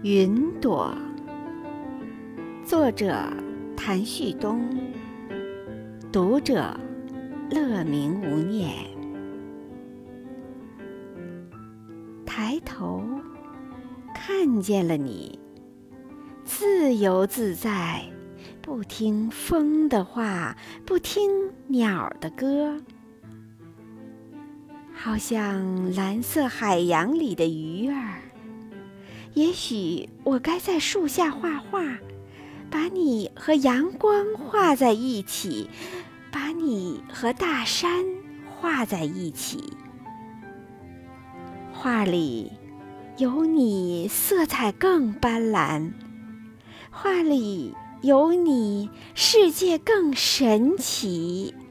云朵，作者谭旭东，读者乐明无念。抬头看见了你，自由自在，不听风的话，不听鸟的歌，好像蓝色海洋里的鱼儿。也许我该在树下画画，把你和阳光画在一起，把你和大山画在一起。画里有你色彩更斑斓，画里有你世界更神奇。